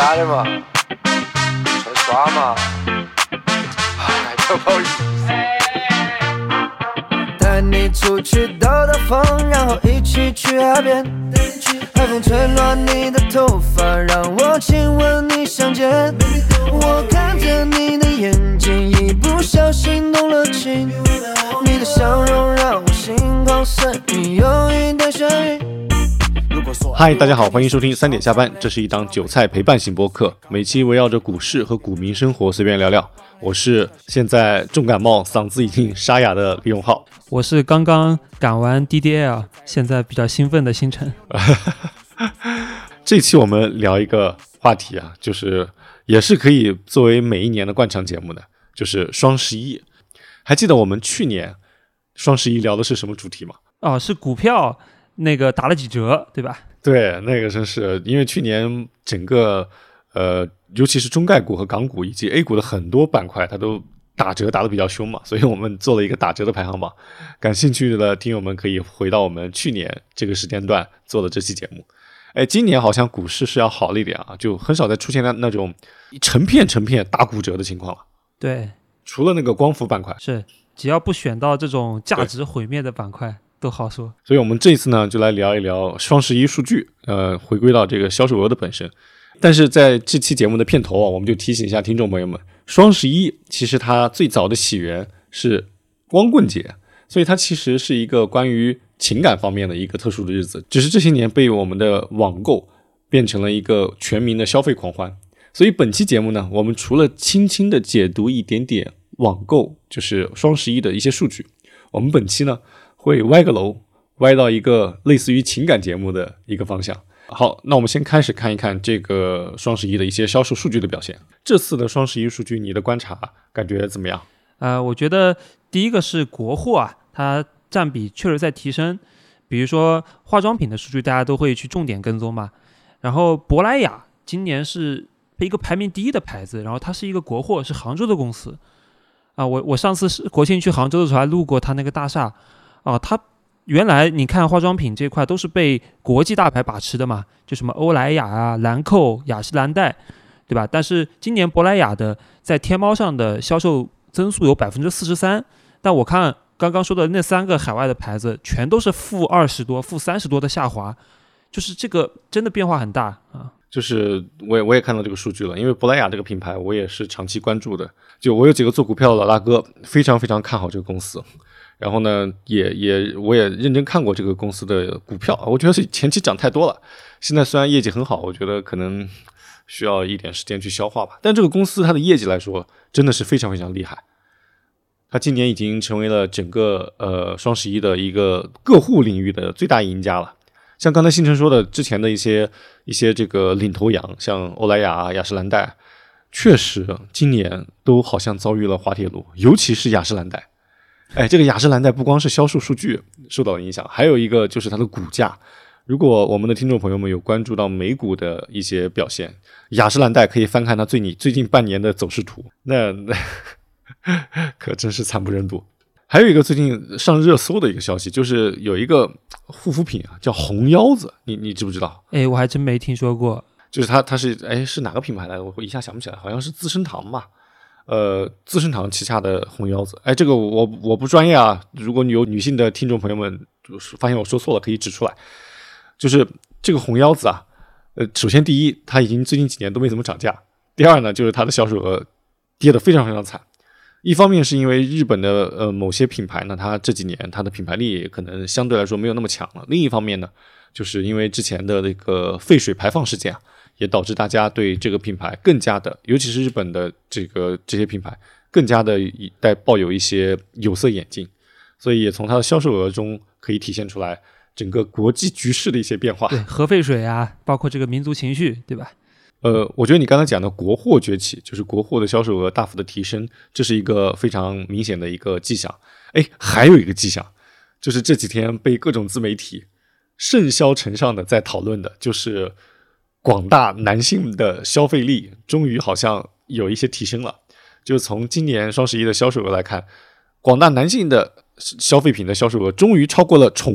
假的嘛，出来耍嘛，哎，不好意思。带你出去兜兜风，然后一起去海边，海风吹乱你的头发，让我亲吻你香肩。我看着你的眼睛，一不小心动了情，你的笑容让我心旷神怡，有一点眩晕。 嗨，大家好，欢迎收听3点下班，这是一档韭菜陪伴型播客，每期围绕着股市和股民生活随便聊聊。我是现在重感冒嗓子已经沙哑的李永浩， 我是刚刚赶完 DDL 现在比较兴奋的星辰。 这期我们聊一个话题啊，就是也是可以作为每一年的惯常节目的，就是双11。还记得我们去年双11聊的是什么主题吗？ 哦，是股票那个打了几折，对吧？ 对，那个真是因为去年整个尤其是中概股和港股以及 A 股的很多板块它都打折打得比较凶嘛，所以我们做了一个打折的排行榜。感兴趣的听友们可以回到我们去年这个时间段做的这期节目。今年好像股市是要好了一点啊，就很少再出现那种成片打骨折的情况了。 对， 除了那个光伏板块， 是只要不选到这种价值毁灭的板块都好说。 所以我们这一次呢就来聊一聊双11数据，回归到这个销售额的本身。但是在这期节目的片头啊，我们就提醒一下听众朋友们，双11其实它最早的起源是光棍节，所以它其实是一个关于情感方面的一个特殊的日子，只是这些年被我们的网购变成了一个全民的消费狂欢。所以本期节目呢，我们除了轻轻的解读一点点网购，就是双11的一些数据，我们本期呢会歪个楼，歪到一个类似于情感节目的一个方向。好，那我们先开始看一看这个双11的一些销售数据的表现。这次的双11数据你的观察感觉怎么样？ 我觉得第一个是国货啊，它占比确实在提升。比如说化妆品的数据大家都会去重点跟踪嘛，然后珀莱雅今年是一个排名第一的牌子，然后它是一个国货，是杭州的公司啊。我上次是国庆去杭州的时候还路过它那个大厦啊，它原来你看化妆品这块都是被国际大牌把持的嘛，就什么欧莱雅啊、兰蔻、雅诗兰黛，对吧？但是今年珀莱雅的在天猫上的销售增速有 43%， 但我看刚刚说的那3个海外的牌子全都是-20%多、-30%多的下滑，就是这个真的变化很大啊。 就是我也看到这个数据了，因为珀莱雅这个品牌我也是长期关注的，就我有几个做股票的老大哥非常看好这个公司，然后呢我也认真看过这个公司的股票，我觉得是前期涨太多了，现在虽然业绩很好，我觉得可能需要一点时间去消化吧，但这个公司它的业绩来说真的是非常厉害，它今年已经成为了整个双11的一个个户领域的最大赢家了。像刚才星辰说的，之前的一些这个领头羊，像欧莱雅、雅诗兰黛，确实今年都好像遭遇了滑铁卢，尤其是雅诗兰黛。这个雅诗兰黛不光是销售数据受到了影响，还有一个就是它的股价。如果我们的听众朋友们有关注到美股的一些表现，雅诗兰黛可以翻看它最近半年的走势图，那可真是惨不忍睹。还有一个最近上热搜的一个消息，就是有一个护肤品啊，叫红腰子，你知不知道？ 我还真没听说过。 就是它是哪个品牌来的？我一下想不起来，好像是资生堂吧。资生堂旗下的红腰子。这个我不专业啊，如果你有女性的听众朋友们就是发现我说错了，可以指出来。就是这个红腰子啊，首先第一，它已经最近几年都没怎么涨价；第二呢，就是它的销售额跌得非常惨。一方面是因为日本的某些品牌呢，它这几年它的品牌力可能相对来说没有那么强了。另一方面呢，就是因为之前的那个废水排放事件啊，也导致大家对这个品牌更加的，尤其是日本的这些品牌更加的抱有一些有色眼镜，所以也从它的销售额中可以体现出来整个国际局势的一些变化。 对，核废水啊，包括这个民族情绪，对吧？ 我觉得你刚才讲的国货崛起，就是国货的销售额大幅的提升，这是一个非常明显的一个迹象。还有一个迹象，就是这几天被各种自媒体甚嚣尘上的在讨论的，就是广大男性的消费力终于好像有一些提升了。就从今年双11的销售额来看，广大男性的消费品的销售额终于超过了宠物，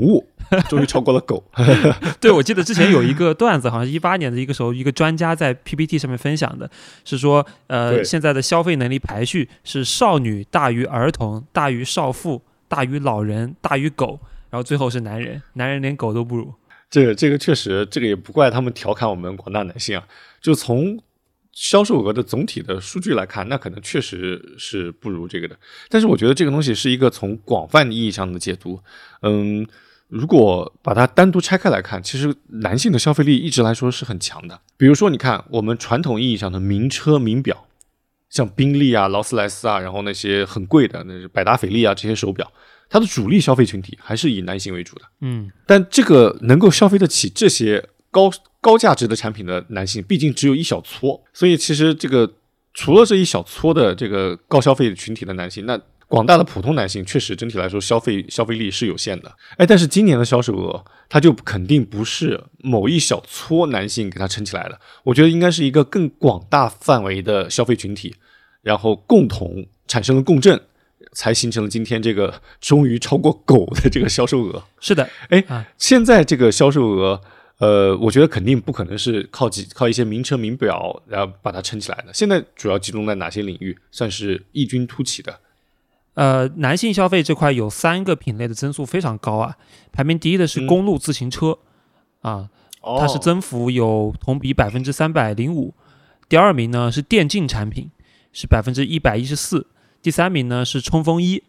终于超过了狗。 对，我记得之前有一个段子，好像18年的一个时候，一个专家在 PPT 上面分享的，是说现在的消费能力排序是少女大于儿童，大于少妇，大于老人，大于狗，然后最后是男人，男人连狗都不如。 这个确实，这个也不怪他们调侃我们广大男性啊，就从销售额的总体的数据来看，那可能确实是不如这个的。但是我觉得这个东西是一个从广泛意义上的解读。如果把它单独拆开来看，其实男性的消费力一直来说是很强的。比如说你看我们传统意义上的名车名表，像宾利啊、劳斯莱斯啊，然后那些很贵的那是百达翡丽啊这些手表，它的主力消费群体还是以男性为主的。但这个能够消费得起这些高价值的产品的男性毕竟只有一小撮，所以其实这个除了这一小撮的这个高消费群体的男性，那广大的普通男性确实整体来说消费力是有限的。但是今年的销售额它就肯定不是某一小撮男性给它撑起来的，我觉得应该是一个更广大范围的消费群体，然后共同产生了共振，才形成了今天这个终于超过狗的这个销售额。 是的， 现在这个销售额我觉得肯定不可能是靠一些名车名表然后把它撑起来的。现在主要集中在哪些领域算是异军突起的？ 男性消费这块有3个品类的增速非常高啊，排名第一的是公路自行车，它是增幅有同比305%，第二名呢是电竞产品，是114%，第三名呢是冲锋衣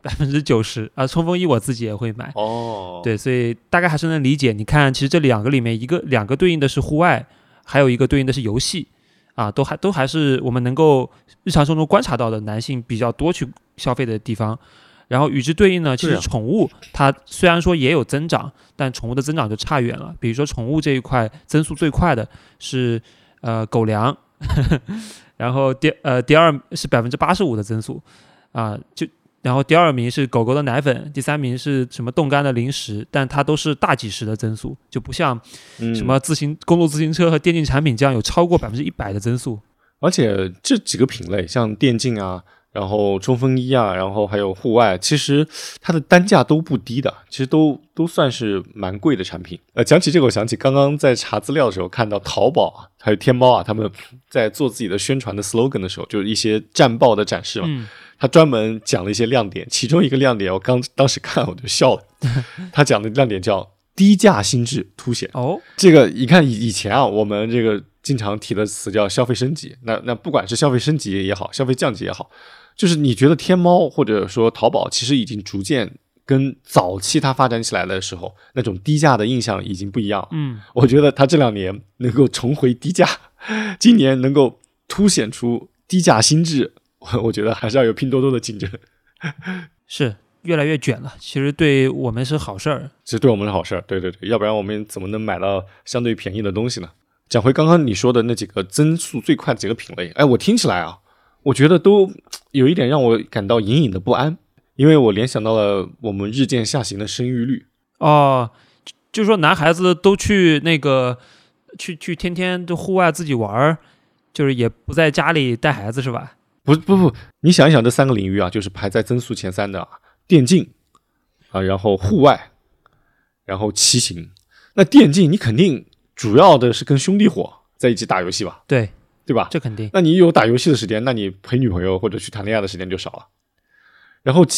，90%啊，冲锋衣我自己也会买。对，所以大概还是能理解。你看，其实这2个里面两个对应的是户外，还有一个对应的是游戏啊，都还是我们能够日常生活中观察到的男性比较多去消费的地方。然后与之对应呢，其实宠物它虽然说也有增长，但宠物的增长就差远了。比如说宠物这一块增速最快的是狗粮，然后第二是85%的增速啊，然后第二名是狗狗的奶粉，第三名是什么冻干的零食，但它都是大几十的增速，就不像什么公路自行车和电竞产品这样有超过100%的增速。 而且这几个品类，像电竞啊，然后冲锋衣啊，然后还有户外，其实它的单价都不低的，其实都算是蛮贵的产品。讲起这个，我想起刚刚在查资料的时候看到淘宝啊，还有天猫啊，他们在做自己的宣传的 slogan 的时候，就是一些战报的展示嘛。他专门讲了一些亮点，其中一个亮点我当时看我就笑了。他讲的亮点叫低价心智凸显。这个你看以前啊，我们这个经常提的词叫消费升级。那不管是消费升级也好，消费降级也好，就是你觉得天猫或者说淘宝其实已经逐渐跟早期它发展起来的时候那种低价的印象已经不一样了。我觉得它这2年能够重回低价，今年能够凸显出低价心智，我觉得还是要有拼多多的竞争。 是越来越卷了，其实对我们是好事儿。 其实对我们是好事儿，对，要不然我们怎么能买到相对便宜的东西呢？讲回刚刚你说的那几个增速最快的几个品类，我听起来啊，我觉得都有一点让我感到隐隐的不安，因为我联想到了我们日渐下行的生育率。 就是说男孩子都去去天天都户外自己玩，就是也不在家里带孩子是吧？ 不，你想一想这3个领域啊，就是排在增速前3的电竞啊，然后户外，然后骑行。那电竞你肯定主要的是跟兄弟伙在一起打游戏吧？对吧？ 这肯定。 那你有打游戏的时间，那你陪女朋友或者去谈恋爱的时间就少了。然后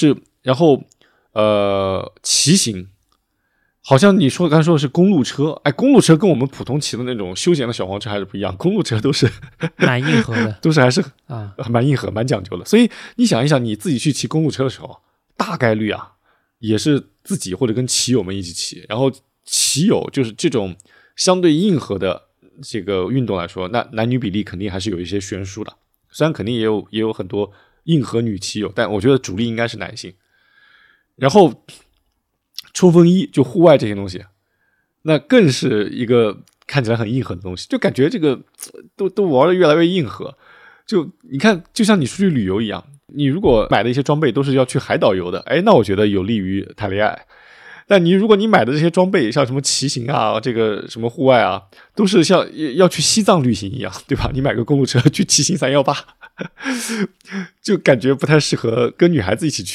骑行，好像你刚才说的是公路车，公路车跟我们普通骑的那种休闲的小黄车还是不一样，公路车都是蛮硬核的， 都是还是蛮硬核、蛮讲究的。所以你想一想，你自己去骑公路车的时候，大概率啊也是自己或者跟骑友们一起骑，然后骑友就是这种相对硬核的这个运动来说，那男女比例肯定还是有一些悬殊的。虽然肯定也有很多硬核女骑友，但我觉得主力应该是男性。然后冲锋衣就户外这些东西，那更是一个看起来很硬核的东西，就感觉这个都玩得越来越硬核。就你看，就像你出去旅游一样，你如果买的一些装备都是要去海岛游的，那我觉得有利于谈恋爱。但如果你买的这些装备像什么骑行啊，这个什么户外啊，都是像要去西藏旅行一样，对吧？你买个公路车去骑行318就感觉不太适合跟女孩子一起去。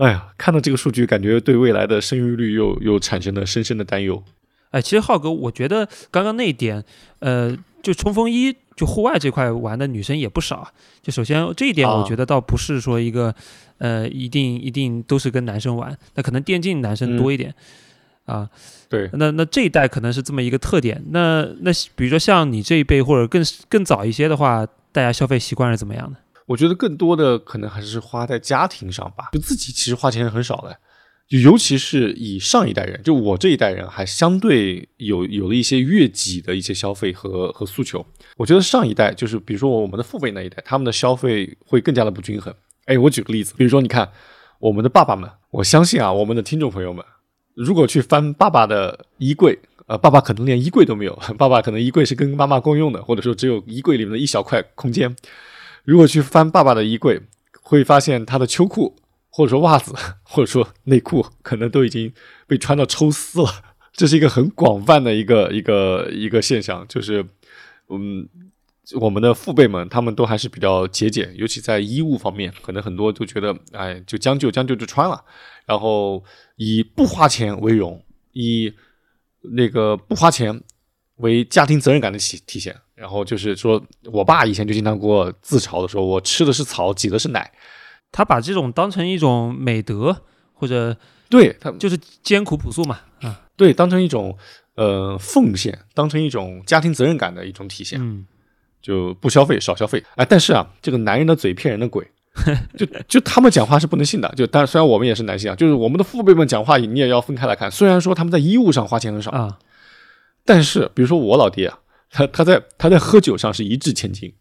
哎呀，看到这个数据，感觉对未来的生育率又产生了深深的担忧。 哎，其实浩哥，我觉得刚刚那一点，就冲锋衣，就户外这块玩的女生也不少。就首先这一点，我觉得倒不是说一个，一定都是跟男生玩，那可能电竞男生多一点。 对， 那这一代可能是这么一个特点。那比如说像你这一辈或者更早一些的话，大家消费习惯是怎么样的？ 我觉得更多的可能还是花在家庭上吧，就自己其实花钱很少的，就尤其是以上一代人，就我这一代人还相对有了一些悦己的一些消费和诉求。我觉得上一代就是比如说我们的父辈那一代，他们的消费会更加的不均衡。哎，我举个例子，比如说你看我们的爸爸们，我相信啊，我们的听众朋友们，如果去翻爸爸的衣柜，爸爸可能连衣柜都没有，爸爸可能衣柜是跟妈妈共用的，或者说只有衣柜里面的一小块空间。如果去翻爸爸的衣柜，会发现他的秋裤或者说袜子或者说内裤可能都已经被穿到抽丝了。这是一个很广泛的一个现象，就是我们的父辈们他们都还是比较节俭，尤其在衣物方面，可能很多都觉得哎就将就就穿了，然后以不花钱为荣，以那个不花钱为家庭责任感的体现。然后就是说我爸以前就经常给我自嘲的说，我吃的是草挤的是奶。 他把这种当成一种美德，或者对他就是艰苦朴素嘛， 对，当成一种奉献，当成一种家庭责任感的一种体现。就不消费少消费。哎，但是啊，这个男人的嘴骗人的鬼，就他们讲话是不能信的。就但虽然我们也是男性啊，就是我们的父辈们讲话你也要分开来看。虽然说他们在衣物上花钱很少但是比如说我老爹啊，他在喝酒上是一掷千金。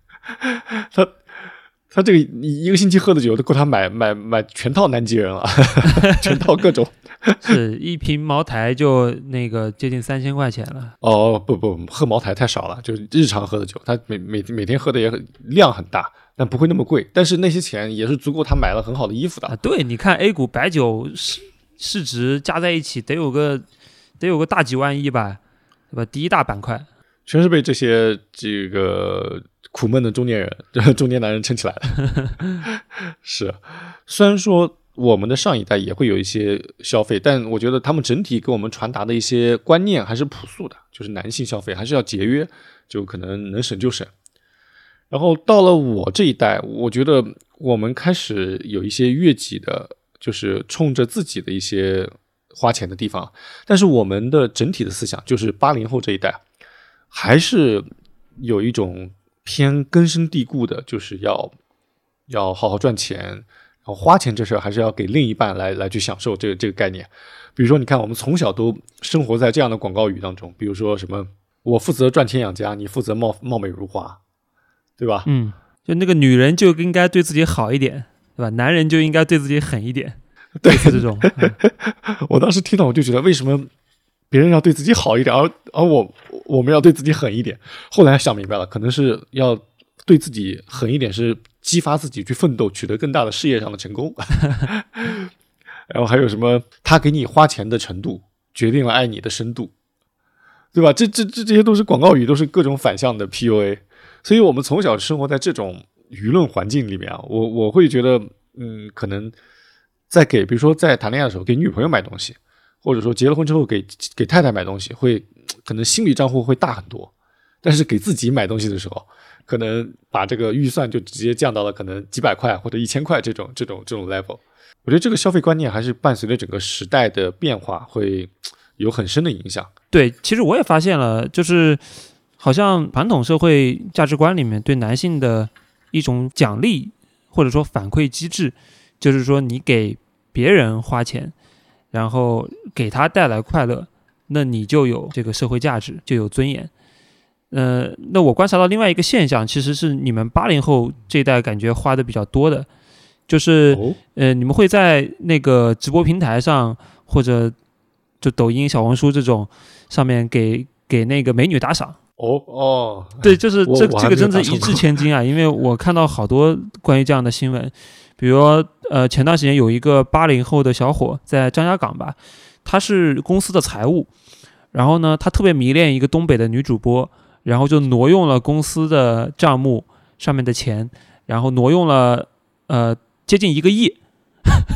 他这个一个星期喝的酒都够他买全套南极人了，全套各种。 是一瓶茅台就那个接近3000块钱了。 哦，不，喝茅台太少了，就是日常喝的酒，他每天喝的也量很大，但不会那么贵。但是那些钱也是足够他买了很好的衣服的。 对，你看 A 股白酒市值加在一起得有个大几万亿吧，对吧？第一大板块。 全是被这个苦闷的中年男人撑起来的。是，虽然说我们的上一代也会有一些消费，但我觉得他们整体给我们传达的一些观念还是朴素的，就是男性消费还是要节约，就可能能省就省。然后到了我这一代，我觉得我们开始有一些悦己的，就是冲着自己的一些花钱的地方，但是我们的整体的思想，就是80后这一代还是有一种偏根深蒂固的，就是要好好赚钱，然后花钱这事儿还是要给另一半来去享受这个概念。比如说你看我们从小都生活在这样的广告语当中，比如说什么我负责赚钱养家，你负责貌美如花，对吧？ 就那个女人就应该对自己好一点，对吧？男人就应该对自己狠一点， 对， 这种。 我当时听到我就觉得为什么别人要对自己好一点，而我们要对自己狠一点。后来想明白了，可能是要对自己狠一点，是激发自己去奋斗，取得更大的事业上的成功。然后还有什么，他给你花钱的程度决定了爱你的深度，对吧？这些都是广告语，都是各种反向的 PUA。所以我们从小生活在这种舆论环境里面啊，我会觉得，可能比如说在谈恋爱的时候给女朋友买东西，或者说结了婚之后给太太买东西，会可能心理账户会大很多。但是给自己买东西的时候，可能把这个预算就直接降到了可能几百块或者1000块这种 level。我觉得这个消费观念还是伴随着整个时代的变化会有很深的影响。 对，其实我也发现了，就是好像传统社会价值观里面对男性的一种奖励或者说反馈机制，就是说你给别人花钱，然后给他带来快乐，那你就有这个社会价值，就有尊严。那我观察到另外一个现象，其实是你们80后这一代感觉花的比较多的，就是你们会在那个直播平台上，或者就抖音、小红书这种上面给那个美女打赏。对，就是这个真是一掷千金啊！因为我看到好多关于这样的新闻，比如前段时间有一个80后的小伙在张家港吧，他是公司的财务，然后呢，他特别迷恋一个东北的女主播，然后就挪用了公司的账目上面的钱，然后挪用了接近1个亿。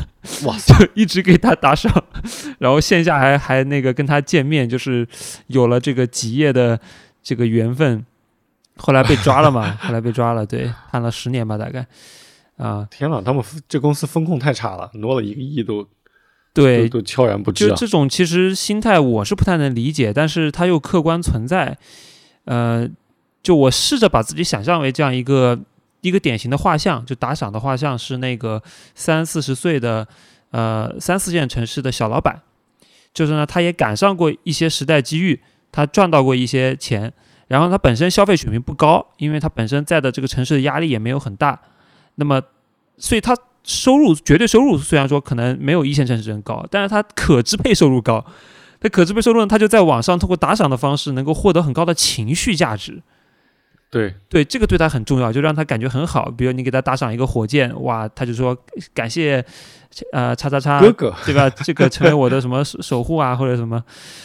哇塞， 就一直给他打赏，然后线下还那个跟他见面，就是有了这个几夜的这个缘分。后来被抓了嘛，后来被抓了，对，判了10年吧，大概。 天哪，他们这公司风控太差了，挪了1个亿都对， 都悄然不知就这种其实心态我是不太能理解，但是它又客观存在。就我试着把自己想象为这样一个典型的画像，就打赏的画像是那个30-40岁的3、4线城市的小老板，就是呢，他也赶上过一些时代机遇，他赚到过一些钱。然后他本身消费水平不高，因为他本身在的这个城市的压力也没有很大，那么所以他绝对收入虽然说可能没有1线城市人高，但是他可支配收入高。他可支配收入呢，他就在网上通过打赏的方式能够获得很高的情绪价值。对，这个对他很重要，就让他感觉很好。比如你给他打赏一个火箭，哇，他就说感谢叉叉叉哥哥， 对吧？这个成为我的什么守护啊，或者什么。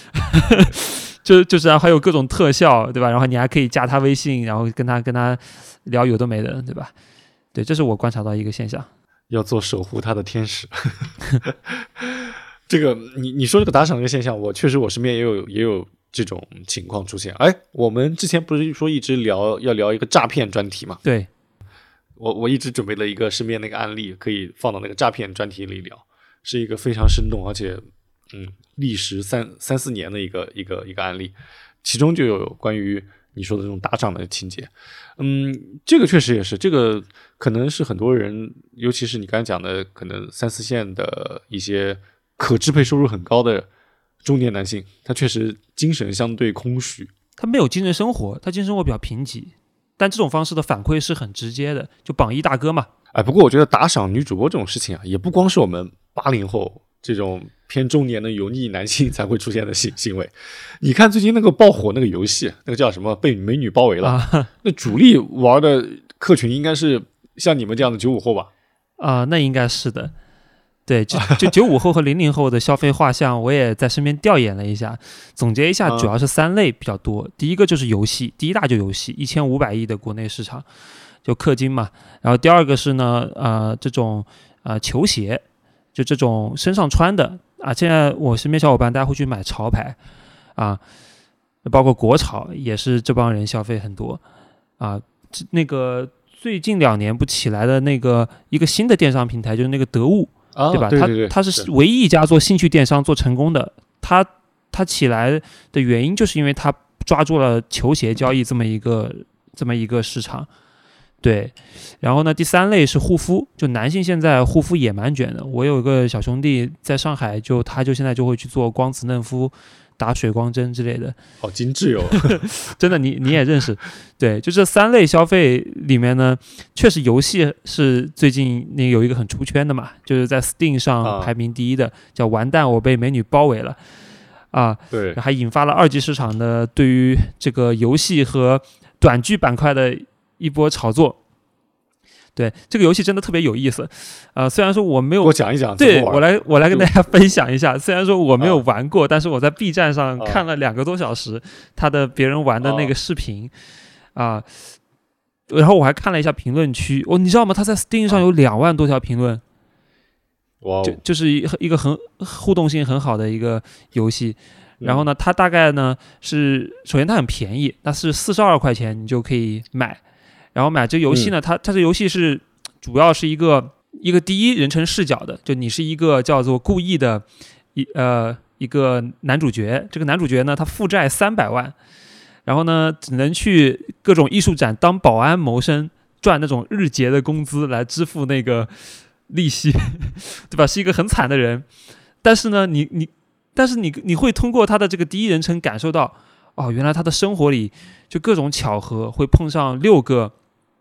就是还有各种特效，对吧？然后你还可以加他微信，然后跟他聊有的没的，对吧？对，这是我观察到一个现象。 要做守护他的天使。这个你说这个打赏这个现象，我身边也有这种情况出现。哎，我们之前不是说一直要聊一个诈骗专题吗？ 对， 我一直准备了一个身边那个案例，可以放到那个诈骗专题里聊，是一个非常生动而且历时3、4年的一个案例，其中就有关于你说的这种打赏的情节。这个确实也是，这个可能是很多人，尤其是你刚才讲的，可能3、4线的一些可支配收入很高的中年男性，他确实精神相对空虚， 他没有精神生活，他精神生活比较贫瘠，但这种方式的反馈是很直接的，就榜一大哥嘛。 不过我觉得打赏女主播这种事情啊，也不光是我们80后这种偏中年的油腻男性才会出现的行为。你看最近那个爆火那个游戏，那个叫什么被美女包围了，那主力玩的客群应该是像你们这样的95后吧？ 那应该是的。对，就95后和00后的消费画像，我也在身边调研了一下，总结一下，主要是3类比较多。第一个就是游戏，第一大就游戏，1500亿的国内市场，就氪金嘛。然后第二个是呢，这种球鞋，就这种身上穿的啊。现在我身边小伙伴大家会去买潮牌啊，包括国潮也是这帮人消费很多啊。那个最近2年不起来的那个一个新的电商平台，就是那个得物。对吧？ 对， 他是唯一一家做兴趣电商做成功的。他起来的原因就是因为他抓住了球鞋交易这么一个市场。对，然后呢，第3类是护肤，就男性现在护肤也蛮卷的。我有一个小兄弟在上海，他现在就会去做光子嫩肤。打水光针之类的， 好精致哟！ 真的，你也认识，对，就这3类消费里面呢，确实游戏是最近那有一个很出圈的嘛，就是在 Steam 上排名第1的，叫完蛋，我被美女包围了啊！ 对， 还引发了2级市场的对于这个游戏和短剧板块的一波炒作。对，这个游戏真的特别有意思，虽然说我没有， 给我讲一讲， 对，我来跟大家分享一下。虽然说我没有玩过，但是我在 B 站上看了2个多小时他的别人玩的那个视频然后我还看了一下评论区，你知道吗？他在 Steam 上有2万多条评论， 哇， 就是一个很互动性很好的一个游戏。然后呢，它大概呢是，首先它很便宜，那是42块钱你就可以买。然后买这个游戏呢，它这游戏是主要是一个第一人称视角的，就你是一个叫做故意的一个男主角。这个男主角呢，他负债300万，然后呢只能去各种艺术展当保安谋生，赚那种日结的工资来支付那个利息，对吧？是一个很惨的人。但是呢，你会通过他的这个第一人称感受到，原来他的生活里就各种巧合，会碰上6个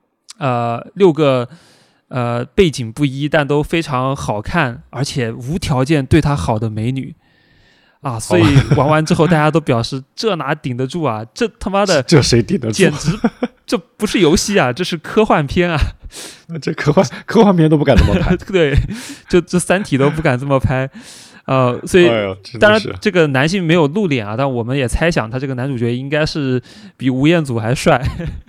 背景不一但都非常好看而且无条件对他好的美女所以玩完之后大家都表示这哪顶得住啊，这他妈的这谁顶得住， 简直这不是游戏啊，这是科幻片啊。 这科幻片都不敢这么拍。 对，就这3体都不敢这么拍所以当然这个男性没有露脸但我们也猜想他这个男主角应该是比吴彦祖还帅。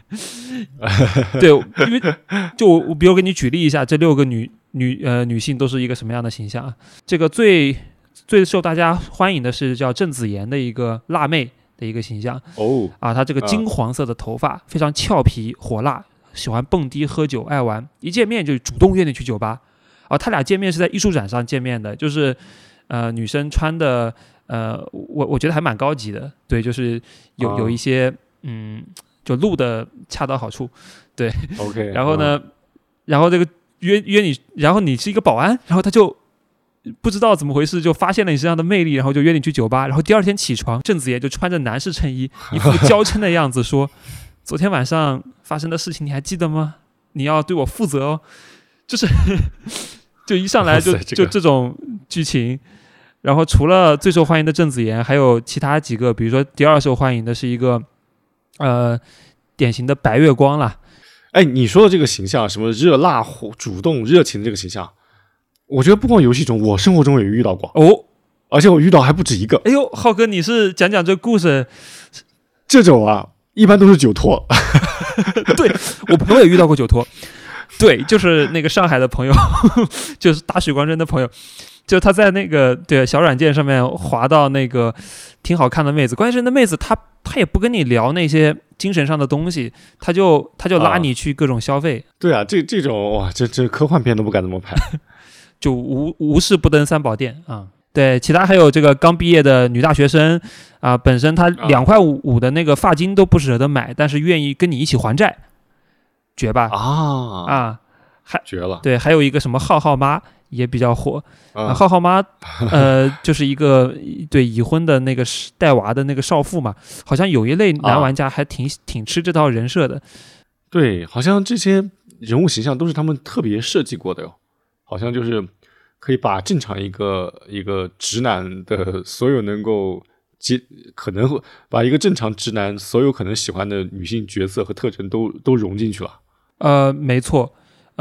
对，因为就我比如给你举例一下，这6个女性都是一个什么样的形象啊？这个最受大家欢迎的是叫郑子妍的一个辣妹的一个形象她这个金黄色的头发，非常俏皮火辣，喜欢蹦迪喝酒爱玩，一见面就主动约你去酒吧他俩见面是在艺术展上见面的，就是女生穿的我觉得还蛮高级的，对，就是有一些就录的恰到好处，对 ，OK， 然后呢，然后这个约你，然后你是一个保安，然后他就不知道怎么回事，就发现了你身上的魅力，然后就约你去酒吧，然后第二天起床，郑子妍就穿着男士衬衣，一副娇嗔的样子说：“昨天晚上发生的事情你还记得吗？你要对我负责哦。”就是就一上来就这种剧情。然后除了最受欢迎的郑子妍，还有其他几个，比如说第2受欢迎的是一个典型的白月光啦。 哎，你说的这个形象，什么热辣、主动、热情的这个形象，我觉得不光游戏中，我生活中也遇到过而且我遇到还不止一个。 哎呦，浩哥，你是讲这故事？ 这种一般都是酒托。 对，我朋友也遇到过酒托。对，就是那个上海的朋友，就是打许光真的朋友。就他在那个小软件上面滑到那个挺好看的妹子，关键是那妹子她也不跟你聊那些精神上的东西，她就拉你去各种消费。 对啊，这种哇，这科幻片都不敢这么拍， 就无事不登三宝殿啊。对，其他还有这个刚毕业的女大学生本身她2.5块的那个发巾都不舍得买，但是愿意跟你一起还债，绝吧？还绝了。 对，还有一个什么浩妈也比较火。浩妈就是一个对已婚的那个带娃的那个少妇嘛，好像有一类男玩家还挺吃这套人设的。 对，好像这些人物形象都是他们特别设计过的哟，好像就是可以把正常一个直男的所有能够可能会把一个正常直男所有可能喜欢的女性角色和特征都融进去了。 没错。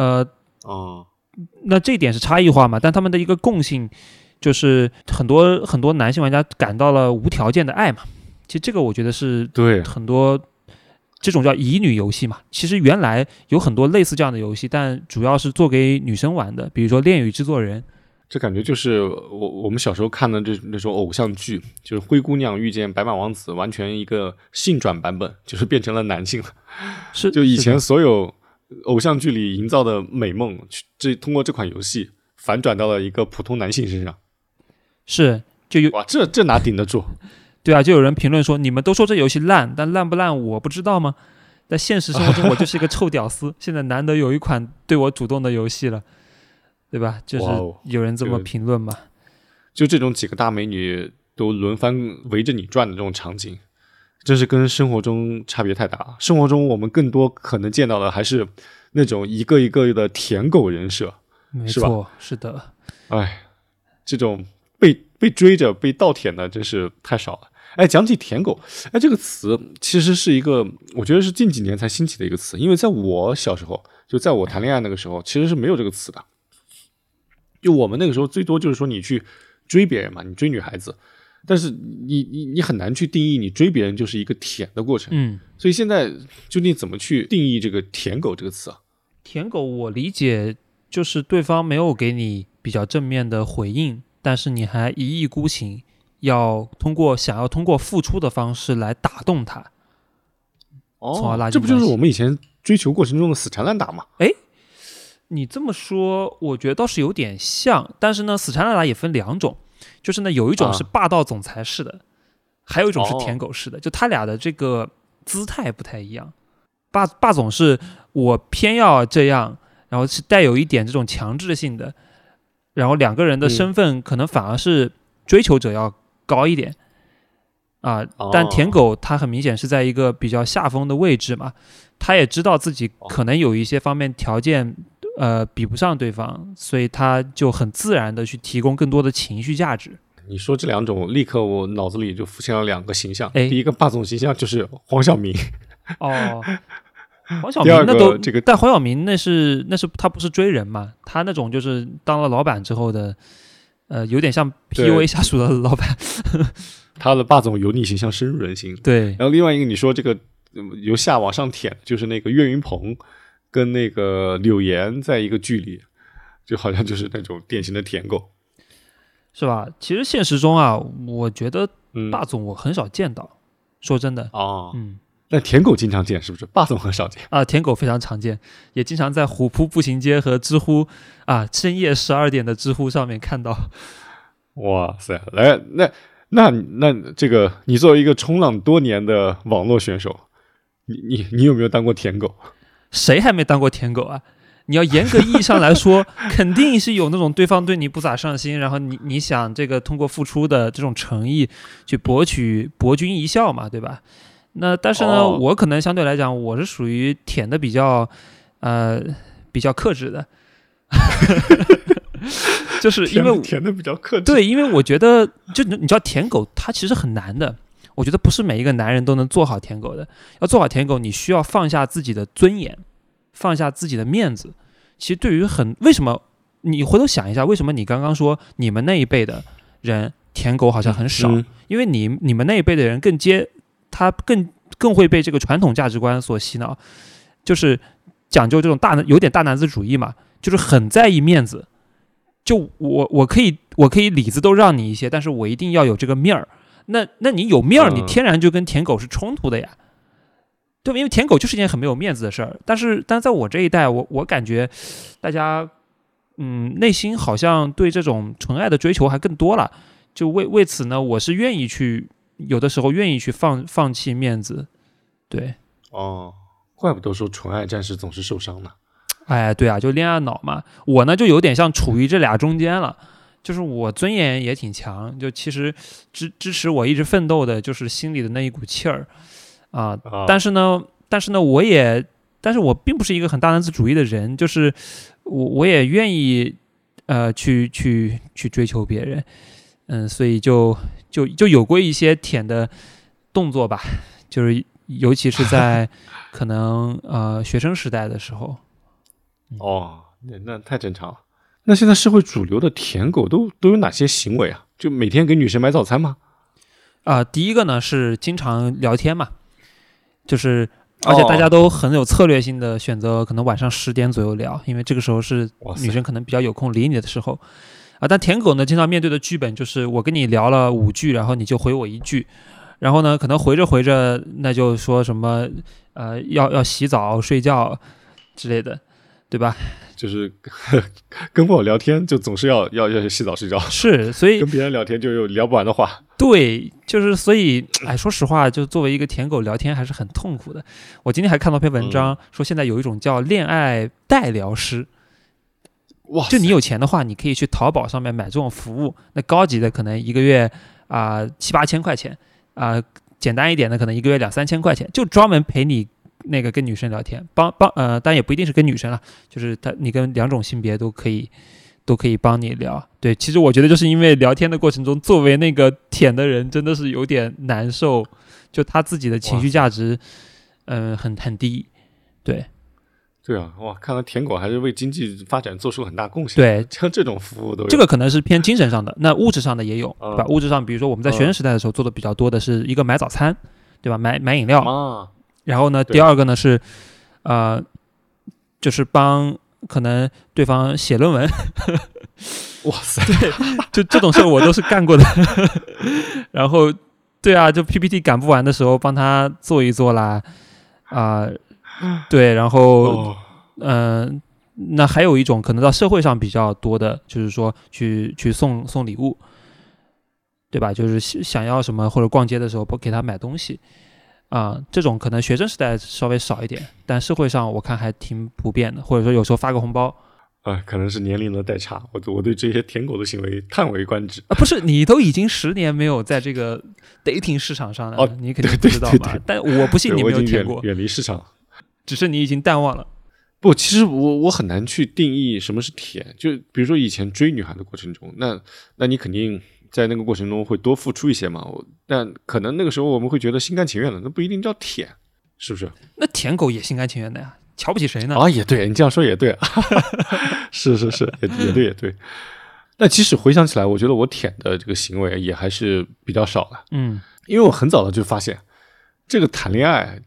那这一点是差异化嘛？但他们的一个共性就是很多男性玩家感到了无条件的爱嘛。其实这个我觉得是对很多这种叫乙女游戏嘛。其实原来有很多类似这样的游戏，但主要是做给女生玩的，比如说《恋与制作人》。 这感觉就是我们小时候看的那种偶像剧，就是灰姑娘遇见白马王子，完全一个性转版本，就是变成了男性了。就以前所有偶像剧里营造的美梦，通过这款游戏反转到了一个普通男性身上。 哇，这哪顶得住？ 对啊，就有人评论说，你们都说这游戏烂，但烂不烂我不知道吗？在现实生活中我就是一个臭屌丝，现在难得有一款对我主动的游戏了，对吧？就是有人这么评论嘛。 就这种几个大美女都轮番围着你转的这种场景，真是跟生活中差别太大了。生活中我们更多可能见到的还是那种一个一个的舔狗人设， 没错，是的。 哎，这种被追着被倒舔的真是太少了。哎，讲起舔狗，哎，这个词其实是一个我觉得是近几年才兴起的一个词，因为在我小时候，就在我谈恋爱那个时候，其实是没有这个词的。就我们那个时候最多就是说你去追别人嘛，你追女孩子，但是你很难去定义你追别人就是一个舔的过程。所以现在究竟怎么去定义这个舔狗这个词啊？ 舔狗我理解就是对方没有给你比较正面的回应，但是你还一意孤行，想要通过付出的方式来打动他，从而拉近关系。 这不就是我们以前追求过程中的死缠烂打吗？ 哎，你这么说我觉得倒是有点像，但是呢死缠烂打也分2种，就是呢有一种是霸道总裁式的，还有一种是舔狗式的，就他俩的这个姿态不太一样。霸总是我偏要这样，然后是带有一点这种强制性的，然后2个人的身份可能反而是追求者要高一点但舔狗他很明显是在一个比较下风的位置嘛，他也知道自己可能有一些方面条件比不上对方，所以他就很自然的去提供更多的情绪价值。 你说这2种，立刻我脑子里就浮现了2个形象。第一个霸总形象就是黄晓明。 黄晓明那都但黄晓明那是他不是追人嘛，他那种就是当了老板之后的有点像 PUA 下属的老板。 他的霸总油腻形象深入人心。 对， 然后另外一个你说这个由下往上舔，就是那个岳云鹏跟那个柳岩在一个剧里，就好像就是那种典型的舔狗， 是吧？其实现实中啊，我觉得霸总我很少见到，说真的。 哦，但舔狗经常见，是不是？霸总很少见啊，舔狗非常常见，也经常在虎扑步行街和知乎啊深夜12点的知乎上面看到。 哇塞，来，那这个，你作为一个冲浪多年的网络选手，你有没有当过舔狗？ 谁还没当过舔狗啊？你要严格意义上来说，肯定是有那种对方对你不咋上心，然后你想这个通过付出的这种诚意去博君一笑嘛，对吧？那但是呢，我可能相对来讲，我是属于舔的比较克制的，就是因为舔的比较克制。 对，因为我觉得就你知道舔狗它其实很难的，我觉得不是每一个男人都能做好舔狗的。要做好舔狗，你需要放下自己的尊严，放下自己的面子。其实对于为什么你回头想一下，为什么你刚刚说你们那一辈的人舔狗好像很少？因为你们那一辈的人他更会被这个传统价值观所洗脑，就是讲究这种有点大男子主义嘛，就是很在意面子。就我可以里子都让你一些，但是我一定要有这个面儿。那你有面儿，你天然就跟舔狗是冲突的呀，对吧？因为舔狗就是一件很没有面子的事儿。但是在我这一代，我感觉大家内心好像对这种纯爱的追求还更多了。就为此呢，我是愿意去。有的时候愿意去放弃面子，对。 哦，怪不得说纯爱战士总是受伤呢。 哎，对啊，就恋爱脑嘛。我呢就有点像处于这俩中间了，就是我尊严也挺强，就其实支持我一直奋斗的就是心里的那一股气儿啊。但是呢，我并不是一个很大男子主义的人，就是我也愿意去追求别人，所以就有过一些舔的动作吧，就是尤其是在可能学生时代的时候。 哦，那太正常了。那现在社会主流的舔狗都有哪些行为啊？就每天给女生买早餐吗？ 第一个呢是经常聊天嘛，就是而且大家都很有策略性的选择，可能晚上10点左右聊，因为这个时候是女生可能比较有空理你的时候。但舔狗呢，经常面对的剧本就是我跟你聊了5句，然后你就回我1句，然后呢，可能回着，那就说什么要洗澡、睡觉之类的，对吧？ 就是跟我聊天就总是要洗澡睡觉， 是，所以跟别人聊天就有聊不完的话。 对，就是所以，说实话，就作为一个舔狗聊天还是很痛苦的。我今天还看到篇文章，说现在有一种叫恋爱代聊师。 哇！ 就你有钱的话，你可以去淘宝上面买这种服务。那高级的可能1个月7-8千块钱简单一点的可能1个月2-3千块钱，就专门陪你那个跟女生聊天，当然也不一定是跟女生了，就是你跟2种性别都可以帮你聊。对，其实我觉得就是因为聊天的过程中，作为那个舔的人真的是有点难受，就他自己的情绪价值很低。 对啊，哇，看来舔狗还是为经济发展做出很大贡献。 对， 像这种服务都有。 这个可能是偏精神上的，那物质上的也有，对吧？物质上，比如说我们在学生时代的时候做的比较多的是一个买早餐，对吧？买饮料然后呢，第二个呢是就是帮可能对方写论文。 哇塞， 对，就这种事我都是干过的。然后对啊，就 PPT 赶不完的时候帮他做一做啦对，然后那还有一种可能到社会上比较多的，就是说去送礼物，对吧？就是想要什么或者逛街的时候不给他买东西这种可能学生时代稍微少一点，但社会上我看还挺普遍的，或者说有时候发个红包。 可能是年龄的代差，我对这些舔狗的行为叹为观止。 不是，你都已经10年没有在这个 dating 市场上了，你肯定不知道吧？ 对， 但我不信你没有舔过， 远离市场。 只是你已经淡忘了。 不，其实我很难去定义什么是舔。就比如说以前追女孩的过程中，那你肯定在那个过程中会多付出一些嘛。但可能那个时候我们会觉得心甘情愿的，那不一定叫舔，是不是？ 那舔狗也心甘情愿的呀，瞧不起谁呢？ 也对，你这样说也对。是，也对。但其实回想起来，我觉得我舔的这个行为也还是比较少的。因为我很早的就发现，这个谈恋爱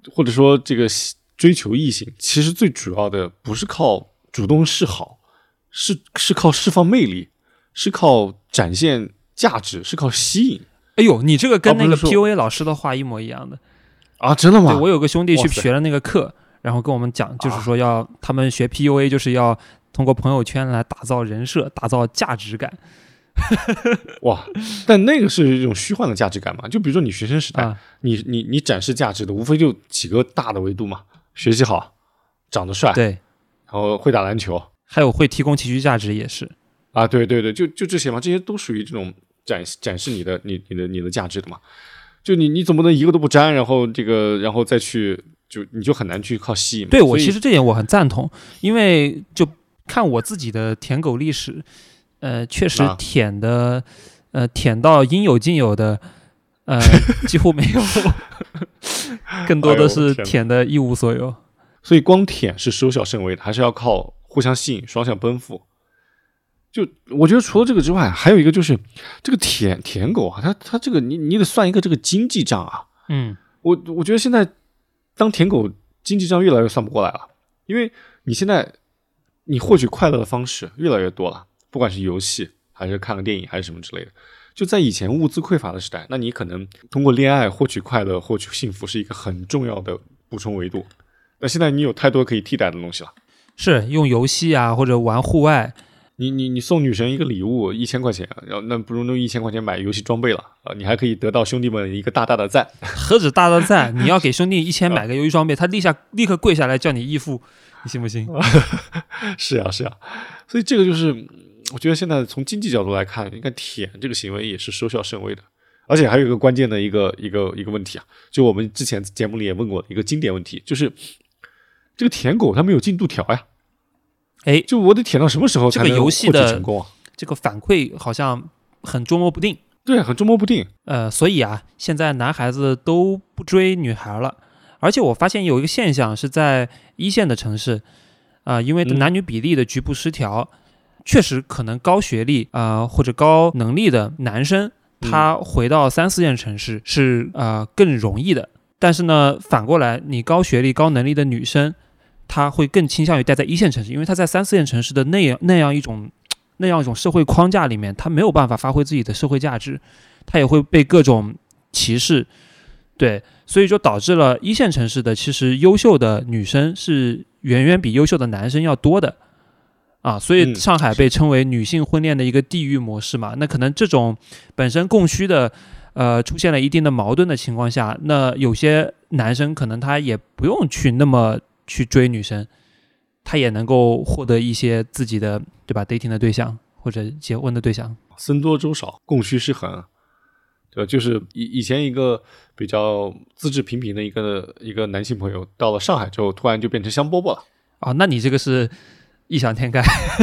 或者说这个追求异性，其实最主要的不是靠主动示好，是靠释放魅力，是靠展现价值，是靠吸引。 哎呦，你这个跟那个不是说 PUA 老师的话一模一样的。 啊，真的吗？ 对，我有个兄弟去哇塞学了那个课，然后跟我们讲，就是说他们学 PUA 就是要通过朋友圈来打造人设，打造价值感。 哇，但那个是一种虚幻的价值感嘛？就比如说你学生时代，你展示价值的无非就几个大的维度嘛，学习好，长得帅， 对， 然后会打篮球， 还有会提供情绪价值也是啊，对对对，就这些嘛，这些都属于这种展示你的价值的嘛。就你总不能一个都不沾，然后然后再去你就很难去靠吸引嘛。 对，我其实这点我很赞同，因为就看我自己的舔狗历史，确实舔的，舔到应有尽有的，几乎没有，更多的是舔的一无所有。 所以光舔是收效甚微的，还是要靠互相吸引，双向奔赴。就我觉得除了这个之外，还有一个就是这个舔狗啊，它这个你得算一个这个经济账啊。我觉得现在当舔狗经济账越来越算不过来了，因为你现在你获取快乐的方式越来越多了，不管是游戏还是看个电影还是什么之类的。就在以前物资匮乏的时代，那你可能通过恋爱获取快乐、获取幸福是一个很重要的补充维度。那现在你有太多可以替代的东西了， 是用游戏啊，或者玩户外。 你送女神一个礼物1000块钱，然后那不如用1000块钱买游戏装备了啊！你还可以得到兄弟们一个大大的赞， 何止大大的赞？你要给兄弟1000买个游戏装备，他立刻跪下来叫你义父，你信不信？ 是啊，所以这个就是我觉得现在从经济角度来看，你看舔这个行为也是收效甚微的，而且还有一个关键的一个问题啊，就我们之前节目里也问过的一个经典问题，就是这个舔狗它没有进度条呀。就我得舔到什么时候才能获取成功啊？ 这个反馈好像很捉摸不定。 对，很捉摸不定。 所以啊，现在男孩子都不追女孩了，而且我发现有一个现象是在一线的城市，因为男女比例的局部失调，确实可能高学历或者高能力的男生，他回到3、4线城市是更容易的。但是呢，反过来，你高学历、高能力的女生，他会更倾向于待在1线城市，因为他在3、4线城市的那样一种社会框架里面，他没有办法发挥自己的社会价值，他也会被各种歧视。对，所以就导致了1线城市的其实优秀的女生是远远比优秀的男生要多的所以上海被称为女性婚恋的一个地域模式嘛。那可能这种本身供需的出现了一定的矛盾的情况下，那有些男生可能他也不用去追女生，他也能够获得一些自己的对吧 dating 的对象或者结婚的对象。 僧多粥少，供需失衡，对吧？就是以前一个比较资质平平的一个男性朋友，到了上海之后，突然就变成香饽饽了。 那你这个是异想天开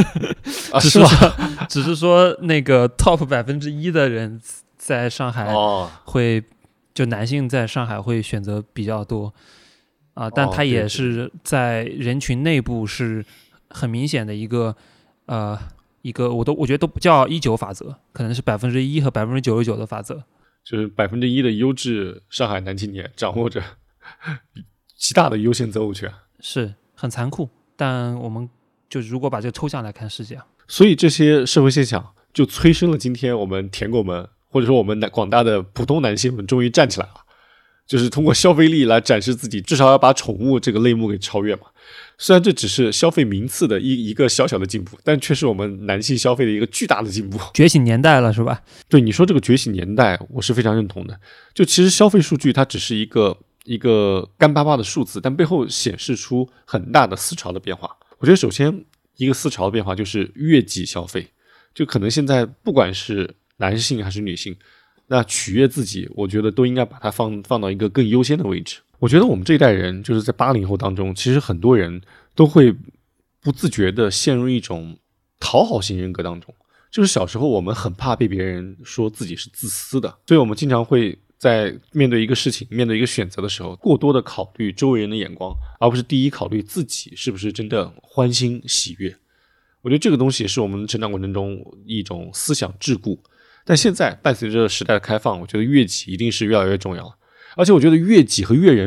只是说那个 top 1%的人在上海会就男性在上海会选择比较多。但它也是在人群内部是很明显的一个我觉得都不叫19法则，可能是1%和99%的法则， 就是1%的优质上海男青年掌握着极大的优先择偶权， 是很残酷。但我们就如果把这个抽象来看是这样， 所以这些社会现象就催生了今天我们舔狗们，或者说我们广大的普通男性们终于站起来了。就是通过消费力来展示自己，至少要把宠物这个类目给超越嘛。虽然这只是消费名次的一个小小的进步，但却是我们男性消费的一个巨大的进步。 觉醒年代了是吧？ 对，你说这个觉醒年代，我是非常认同的。就其实消费数据它只是一个干巴巴的数字，但背后显示出很大的思潮的变化。我觉得首先一个思潮的变化就是悦己消费，就可能现在不管是男性还是女性，那取悦自己，我觉得都应该把它放到一个更优先的位置。我觉得我们这一代人，就是在80后当中，其实很多人都会不自觉地陷入一种讨好型人格当中。就是小时候我们很怕被别人说自己是自私的，所以我们经常会在面对一个事情、面对一个选择的时候，过多的考虑周围人的眼光，而不是第一考虑自己是不是真的欢欣喜悦。我觉得这个东西是我们成长过程中一种思想桎梏。但现在伴随着时代的开放，我觉得悦己一定是越来越重要了。而且我觉得悦己和悦人是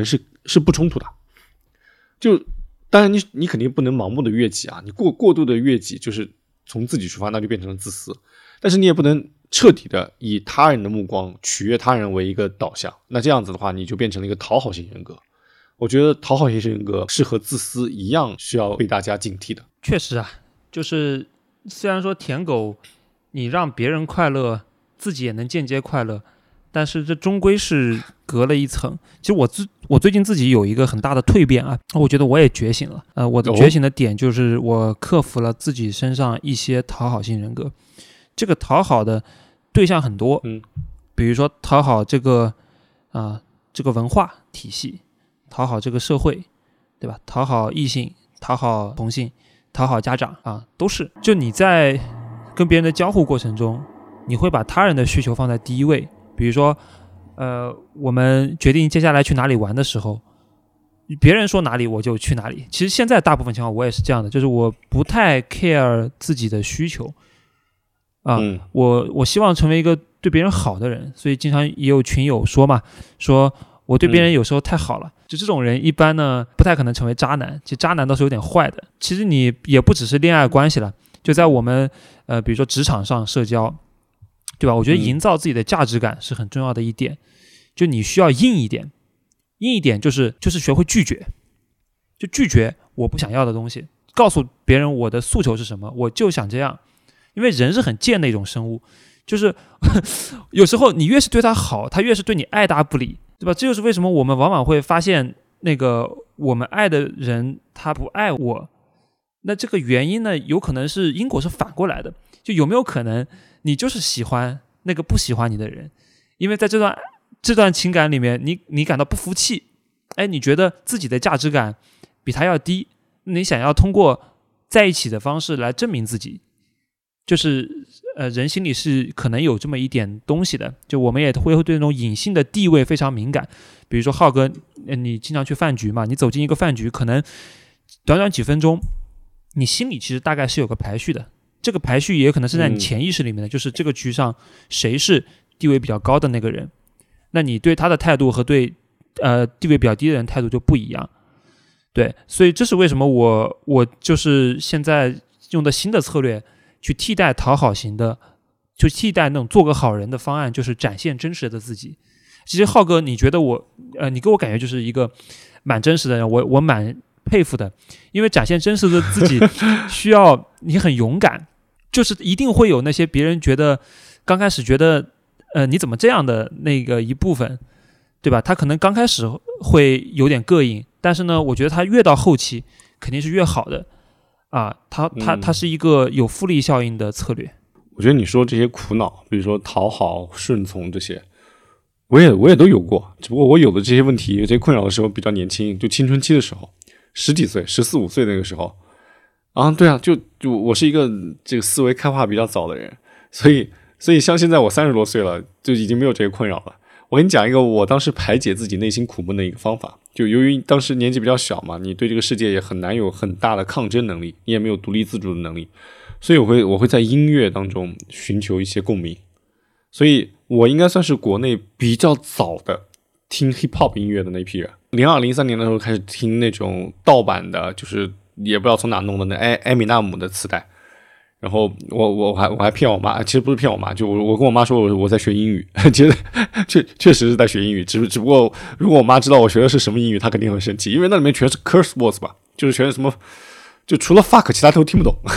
是不冲突的。就当然你肯定不能盲目的悦己啊，你过度的悦己就是从自己出发，那就变成了自私。但是你也不能彻底的以他人的目光取悦他人为一个导向，那这样子的话你就变成了一个讨好型人格。我觉得讨好型人格是和自私一样需要被大家警惕的。 确实啊，就是虽然说舔狗你让别人快乐自己也能间接快乐，但是这终归是隔了一层。其实我最近自己有一个很大的蜕变啊，我觉得我也觉醒了。我的觉醒的点就是我克服了自己身上一些讨好型人格。这个讨好的对象很多，比如说讨好这个文化体系，讨好这个社会，对吧？讨好异性，讨好同性，讨好家长啊，都是。就你在跟别人的交互过程中，你会把他人的需求放在第一位。比如说，我们决定接下来去哪里玩的时候，别人说哪里我就去哪里。其实现在大部分情况我也是这样的，就是我不太 care 自己的需求啊，我希望成为一个对别人好的人，所以经常也有群友说嘛，说我对别人有时候太好了。就这种人一般呢不太可能成为渣男，其实渣男都是有点坏的。其实你也不只是恋爱关系了，就在我们比如说职场上社交，对吧？我觉得营造自己的价值感是很重要的一点。就你需要硬一点，硬一点就是学会拒绝，就拒绝我不想要的东西，告诉别人我的诉求是什么，我就想这样。因为人是很贱的一种生物，就是有时候你越是对他好，他越是对你爱答不理，对吧？这就是为什么我们往往会发现那个我们爱的人他不爱我，那这个原因呢，有可能是因果是反过来的。就有没有可能你就是喜欢那个不喜欢你的人，因为在这段情感里面你感到不服气，你觉得自己的价值感比他要低，你想要通过在一起的方式来证明自己。就是人心里是可能有这么一点东西的，就我们也会对那种隐性的地位非常敏感。比如说浩哥，你经常去饭局嘛，你走进一个饭局，可能短短几分钟，你心里其实大概是有个排序的，这个排序也可能是在你潜意识里面的，就是这个局上谁是地位比较高的那个人，那你对他的态度和对地位比较低的人态度就不一样。对，所以这是为什么我就是现在用的新的策略去替代讨好型的，就替代那种做个好人的方案，就是展现真实的自己。其实浩哥，你觉得你给我感觉就是一个蛮真实的人，我蛮佩服的，因为展现真实的自己需要你很勇敢，就是一定会有那些别人觉得刚开始觉得你怎么这样的那个一部分，对吧？他可能刚开始会有点膈应，但是呢，我觉得他越到后期肯定是越好的。它是一个有复利效应的策略。 我觉得你说这些苦恼，比如说讨好、顺从这些，我也都有过。只不过我有的这些问题、这些困扰的时候比较年轻，就青春期的时候，10几岁、14、15岁那个时候啊，对啊，就我是一个这个思维开化比较早的人，所以像现在我30多岁了，就已经没有这个困扰了。我跟你讲一个我当时排解自己内心苦闷的一个方法，就由于当时年纪比较小嘛，你对这个世界也很难有很大的抗争能力，你也没有独立自主的能力，所以我会在音乐当中寻求一些共鸣。所以我应该算是国内比较早的听 hip hop 音乐的那批人。02、03年的时候开始听那种盗版的，就是也不知道从哪弄的那艾米纳姆的磁带。然后我还骗我妈，其实不是骗我妈，就我跟我妈说我在学英语，其实确实是在学英语，只不过如果我妈知道我学的是什么英语，她肯定很生气，因为那里面全是 curse words 吧，就是全是什么，就除了 fuck 其他都听不懂，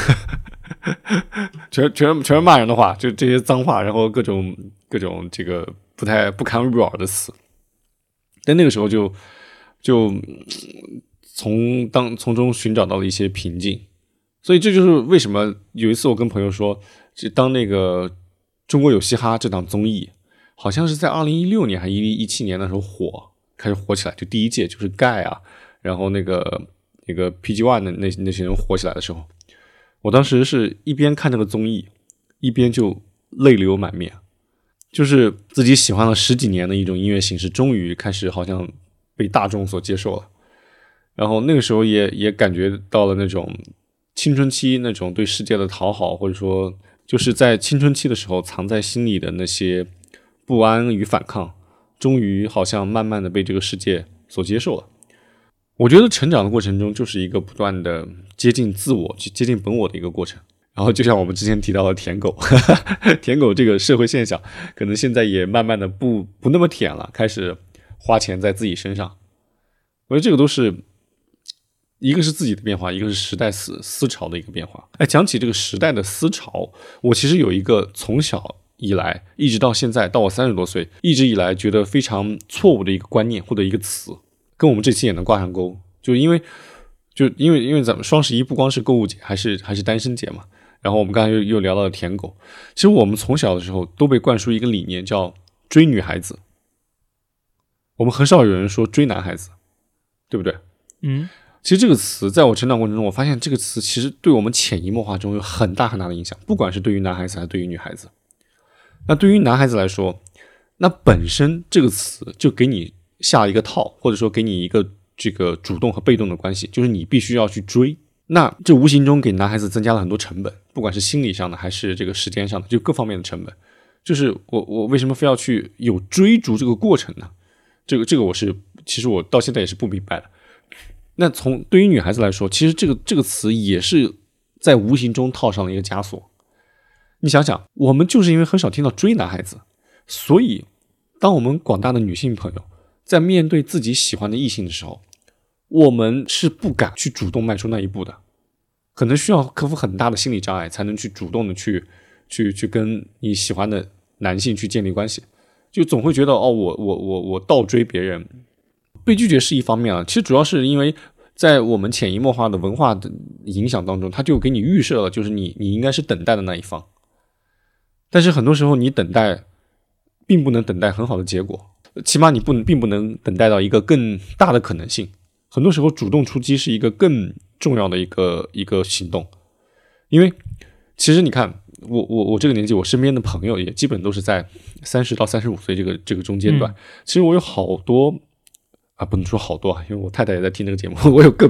全是骂人的话，就这些脏话，然后各种这个不堪入耳的词。但那个时候就从中寻找到了一些平静。所以这就是为什么有一次我跟朋友说，当那个中国有嘻哈这档综艺好像是在2016年还是2017年的时候开始火起来，就第一届就是盖啊，然后那个 PG1 的那些人火起来的时候，我当时是一边看这个综艺一边就泪流满面，就是自己喜欢了10几年的一种音乐形式终于开始好像被大众所接受了。然后那个时候也感觉到了那种青春期那种对世界的讨好，或者说就是在青春期的时候藏在心里的那些不安与反抗，终于好像慢慢的被这个世界所接受了。 我觉得成长的过程中就是一个不断的接近自我、去接近本我的一个过程。然后就像我们之前提到的舔狗，舔狗这个社会现象，可能现在也慢慢的不那么舔了，开始花钱在自己身上。我觉得这个都是一个是自己的变化，一个是时代思潮的一个变化。讲起这个时代的思潮，我其实有一个从小以来一直到现在到我30多岁一直以来觉得非常错误的一个观念或者一个词，跟我们这期也能挂上钩。就因为咱们双11不光是购物节，还是单身节嘛。然后我们刚才又聊到了舔狗。其实我们从小的时候都被灌输一个理念，叫追女孩子。我们很少有人说追男孩子，对不对？其实这个词在我成长过程中，我发现这个词其实对我们潜移默化中有很大很大的影响，不管是对于男孩子还是对于女孩子。那对于男孩子来说，那本身这个词就给你下一个套，或者说给你一个这个主动和被动的关系，就是你必须要去追。那这无形中给男孩子增加了很多成本，不管是心理上的还是这个时间上的，就各方面的成本。就是我为什么非要去有追逐这个过程呢？这个其实我到现在也是不明白的。那对于女孩子来说，其实这个词也是在无形中套上了一个枷锁。你想想，我们就是因为很少听到追男孩子，所以当我们广大的女性朋友在面对自己喜欢的异性的时候，我们是不敢去主动迈出那一步的，可能需要克服很大的心理障碍，才能去主动的去跟你喜欢的男性去建立关系。就总会觉得我倒追别人，被拒绝是一方面啊，其实主要是因为在我们潜移默化的文化的影响当中，他就给你预设了，就是你应该是等待的那一方。但是很多时候你等待并不能等待很好的结果，起码你并不能等待到一个更大的可能性。很多时候主动出击是一个更重要的一个行动。因为其实你看我这个年纪，我身边的朋友也基本都是在30到35岁这个中间段。其实我有好多不能说好多因为我太太也在听这个节目，我有个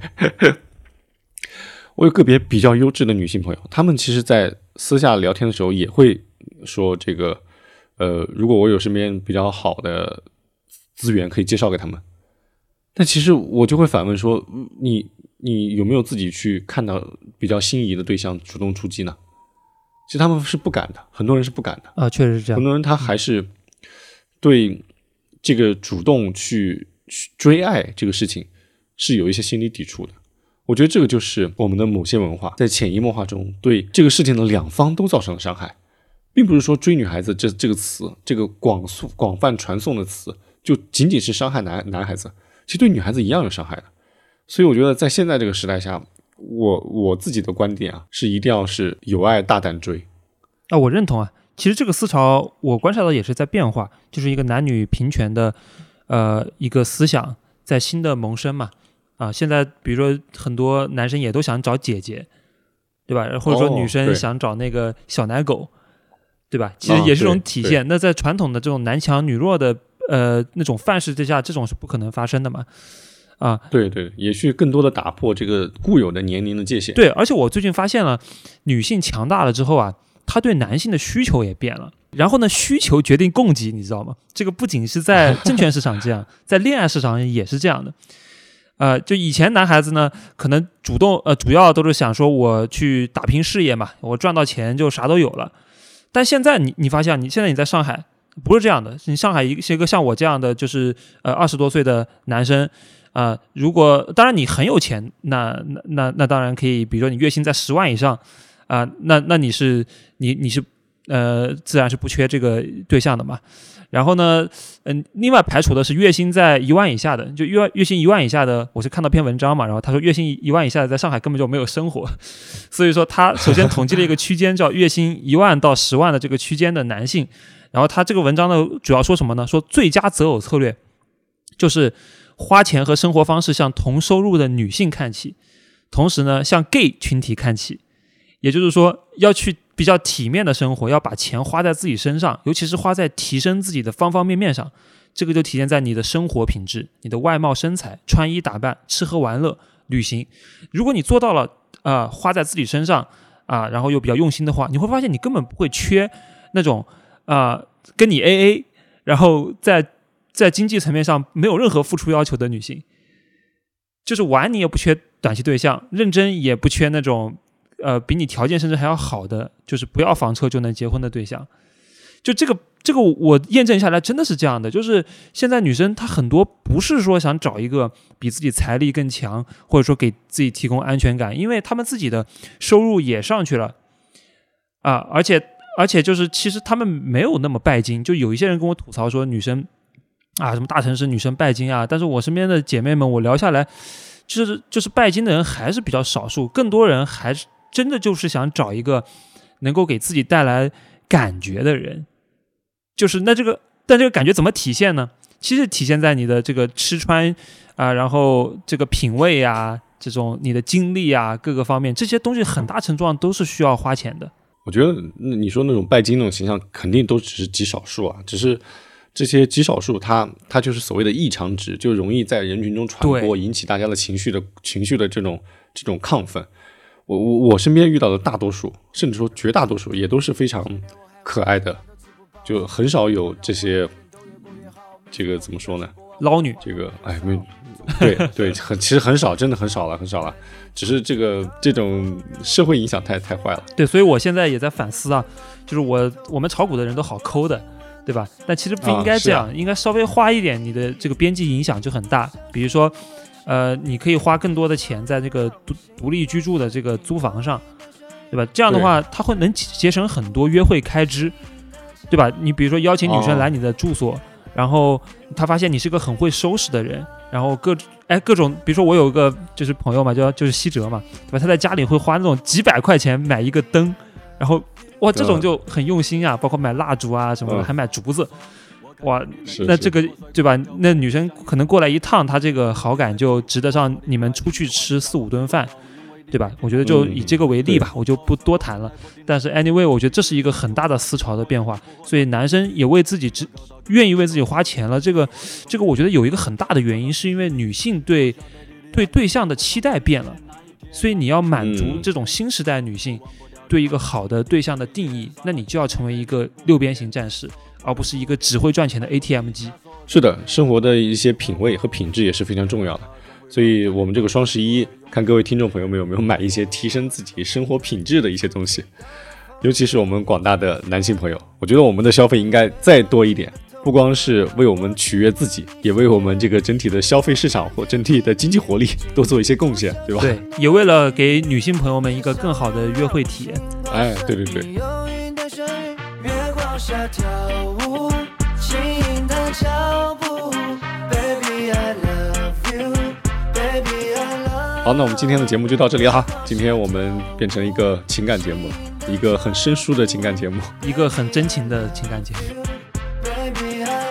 别比较优质的女性朋友，她们其实在私下聊天的时候也会说这个如果我有身边比较好的资源可以介绍给他们。但其实我就会反问说，你有没有自己去看到比较心仪的对象主动出击呢？其实他们是不敢的，很多人是不敢的确实是这样。 很多人他还是对这个主动去追爱这个事情是有一些心理抵触的。我觉得这个就是我们的某些文化在潜移默化中对这个事情的两方都造成了伤害，并不是说追女孩子这个词，这个广泛传颂的词就仅仅是伤害男孩子，其实对女孩子一样有伤害的。所以我觉得在现在这个时代下，我自己的观点是一定要是有爱大胆追。 我认同其实这个思潮我观察到也是在变化，就是一个男女平权的一个思想在新的萌生嘛。现在比如说很多男生也都想找姐姐，对吧？或者说女生想找那个小奶狗，对吧？其实也是一种体现。那在传统的这种男强女弱的那种范式之下，这种是不可能发生的嘛。 对，也去更多的打破这个固有的年龄的界限。 对，而且我最近发现了，女性强大了之后她对男性的需求也变了。然后呢，需求决定供给，你知道吗？这个不仅是在证券市场这样，在恋爱市场也是这样的。就以前男孩子呢，可能主要都是想说我去打拼事业嘛，我赚到钱就啥都有了。但现在你发现，现在你在上海不是这样的，你上海一个像我这样的就是20多岁的男生如果当然你很有钱，那当然可以，比如说你月薪在10万以上那你是自然是不缺这个对象的嘛。然后呢另外排除的是月薪在1万以下的，就月薪1万以下的，我是看到篇文章嘛，然后他说月薪1万以下的在上海根本就没有生活，所以说他首先统计了一个区间叫月薪1万到10万的这个区间的男性。然后他这个文章呢主要说什么呢？说最佳择偶策略就是花钱和生活方式向同收入的女性看齐，同时呢向 gay 群体看齐。也就是说要去比较体面的生活，要把钱花在自己身上，尤其是花在提升自己的方方面面上。这个就体现在你的生活品质、你的外貌身材、穿衣打扮、吃喝玩乐、旅行。如果你做到了花在自己身上然后又比较用心的话，你会发现你根本不会缺那种跟你 AA 然后在经济层面上没有任何付出要求的女性。 就是玩你也不缺短期对象，认真也不缺那种比你条件甚至还要好的，就是不要房车就能结婚的对象。就这个我验证下来真的是这样的，就是现在女生她很多不是说想找一个比自己财力更强，或者说给自己提供安全感，因为她们自己的收入也上去了啊，而且就是其实她们没有那么拜金。就有一些人跟我吐槽说女生啊什么大城市女生拜金啊，但是我身边的姐妹们我聊下来，就是拜金的人还是比较少数，更多人还是真的就是想找一个能够给自己带来感觉的人。就是但这个感觉怎么体现呢？其实体现在你的这个吃穿啊，然后这个品味啊，这种你的经历啊，各个方面这些东西很大程度上都是需要花钱的。 我觉得你说那种拜金那种形象肯定都只是极少数啊，只是这些极少数它就是所谓的异常值，就容易在人群中传播，引起大家的情绪的这种亢奋。我身边遇到的大多数甚至说绝大多数也都是非常可爱的，就很少有这些这个怎么说呢， 捞女这个对其实很少，真的很少了，只是这种社会影响太坏了。 对，所以我现在也在反思啊，就是我们炒股的人都好抠的，对吧？但其实不应该这样，应该稍微花一点，你的这个边际影响就很大。比如说你可以花更多的钱在这个独立居住的这个租房上，对吧？这样的话它会能节省很多约会开支，对吧？你比如说邀请女生来你的住所，然后他发现你是个很会收拾的人，然后各种，比如说我有一个就是朋友嘛，就是西哲嘛，对吧？他在家里会花那种几百块钱买一个灯，然后哇，这种就很用心啊，包括买蜡烛啊什么的，还买竹子，哇，那这个对吧？那女生可能过来一趟，她这个好感就值得上你们出去吃4-5顿饭。对吧？我觉得就以这个为例吧，我就不多谈了。但是 anyway， 我觉得这是一个很大的思潮的变化，所以男生也愿意为自己花钱了。这个我觉得有一个很大的原因，是因为女性对对象的期待变了，所以你要满足这种新时代女性对一个好的对象的定义，那你就要成为一个6边形战士，而不是一个只会赚钱的 ATM 机。 是的，生活的一些品味和品质也是非常重要的。所以我们这个双11，看各位听众朋友们有没有买一些提升自己生活品质的一些东西，尤其是我们广大的男性朋友，我觉得我们的消费应该再多一点，不光是为我们取悦自己，也为我们这个整体的消费市场或整体的经济活力多做一些贡献，对吧？ 对，也为了给女性朋友们一个更好的约会体验。 哎，对，好，那我们今天的节目就到这里了哈。今天我们变成一个情感节目，一个很生疏的情感节目， 一个很真情的情感节目。